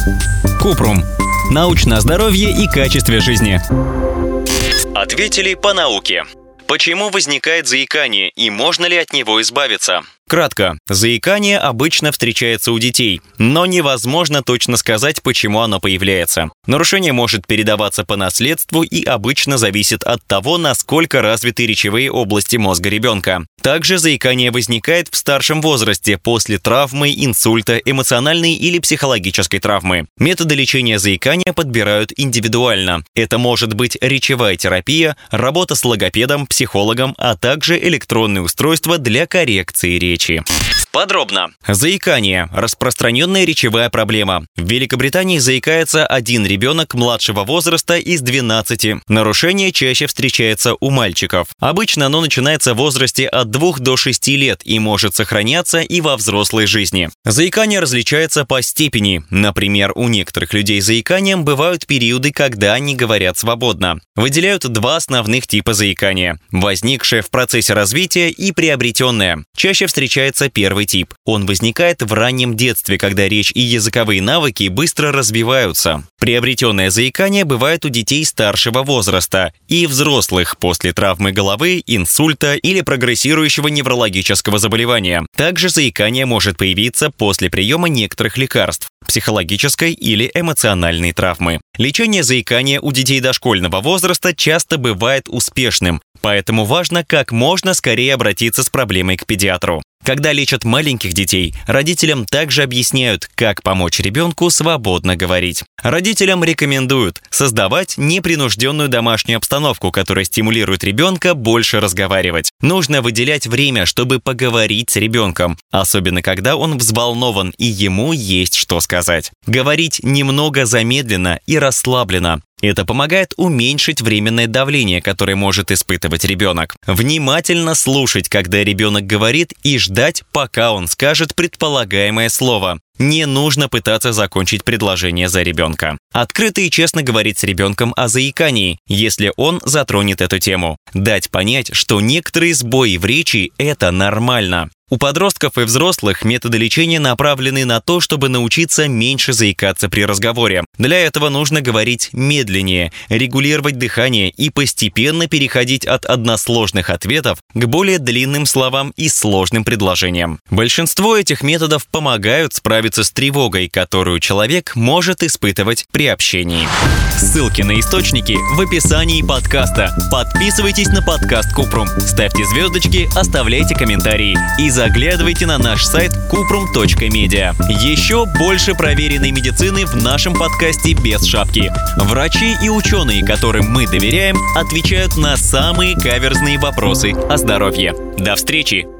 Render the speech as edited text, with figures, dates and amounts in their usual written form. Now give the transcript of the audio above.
Купрум. Научное здоровье и качестве жизни. Ответили по науке. Почему возникает заикание и можно ли от него избавиться? Кратко. Заикание обычно встречается у детей, но невозможно точно сказать, почему оно появляется. Нарушение может передаваться по наследству и обычно зависит от того, насколько развиты речевые области мозга ребенка. Также заикание возникает в старшем возрасте после травмы, инсульта, эмоциональной или психологической травмы. Методы лечения заикания подбирают индивидуально. Это может быть речевая терапия, работа с логопедом, психологом, а также электронные устройства для коррекции речи. Подробно. Заикание – распространенная речевая проблема. В Великобритании заикается один ребенок младшего возраста из 12. Нарушение чаще встречается у мальчиков. Обычно оно начинается в возрасте от 2 до 6 лет и может сохраняться и во взрослой жизни. Заикание различается по степени. Например, у некоторых людей с заиканием бывают периоды, когда они говорят свободно. Выделяют два основных типа заикания – возникшее в процессе развития и приобретенное. Чаще встречается первый тип. Он возникает в раннем детстве, когда речь и языковые навыки быстро развиваются. Приобретенное заикание бывает у детей старшего возраста и взрослых после травмы головы, инсульта или прогрессирующего неврологического заболевания. Также заикание может появиться после приема некоторых лекарств, психологической или эмоциональной травмы. Лечение заикания у детей дошкольного возраста часто бывает успешным, поэтому важно как можно скорее обратиться с проблемой к педиатру. Когда лечат маленьких детей, родителям также объясняют, как помочь ребенку свободно говорить. Родителям рекомендуют создавать непринужденную домашнюю обстановку, которая стимулирует ребенка больше разговаривать. Нужно выделять время, чтобы поговорить с ребенком, особенно когда он взволнован и ему есть что сказать. Говорить немного замедленно и расслабленно. Это помогает уменьшить временное давление, которое может испытывать ребенок. Внимательно слушать, когда ребенок говорит, и ждать, пока он скажет предполагаемое слово. Не нужно пытаться закончить предложение за ребенка. Открыто и честно говорить с ребенком о заикании, если он затронет эту тему. Дать понять, что некоторые сбои в речи – это нормально. У подростков и взрослых методы лечения направлены на то, чтобы научиться меньше заикаться при разговоре. Для этого нужно говорить медленнее, регулировать дыхание и постепенно переходить от односложных ответов к более длинным словам и сложным предложениям. Большинство этих методов помогают справиться с тревогой, которую человек может испытывать при общении. Ссылки на источники в описании подкаста. Подписывайтесь на подкаст Купрум, ставьте звездочки, оставляйте комментарии и заглядывайте на наш сайт kuprum.media. Еще больше проверенной медицины в нашем подкасте без шапки. Врачи и ученые, которым мы доверяем, отвечают на самые каверзные вопросы о здоровье. До встречи!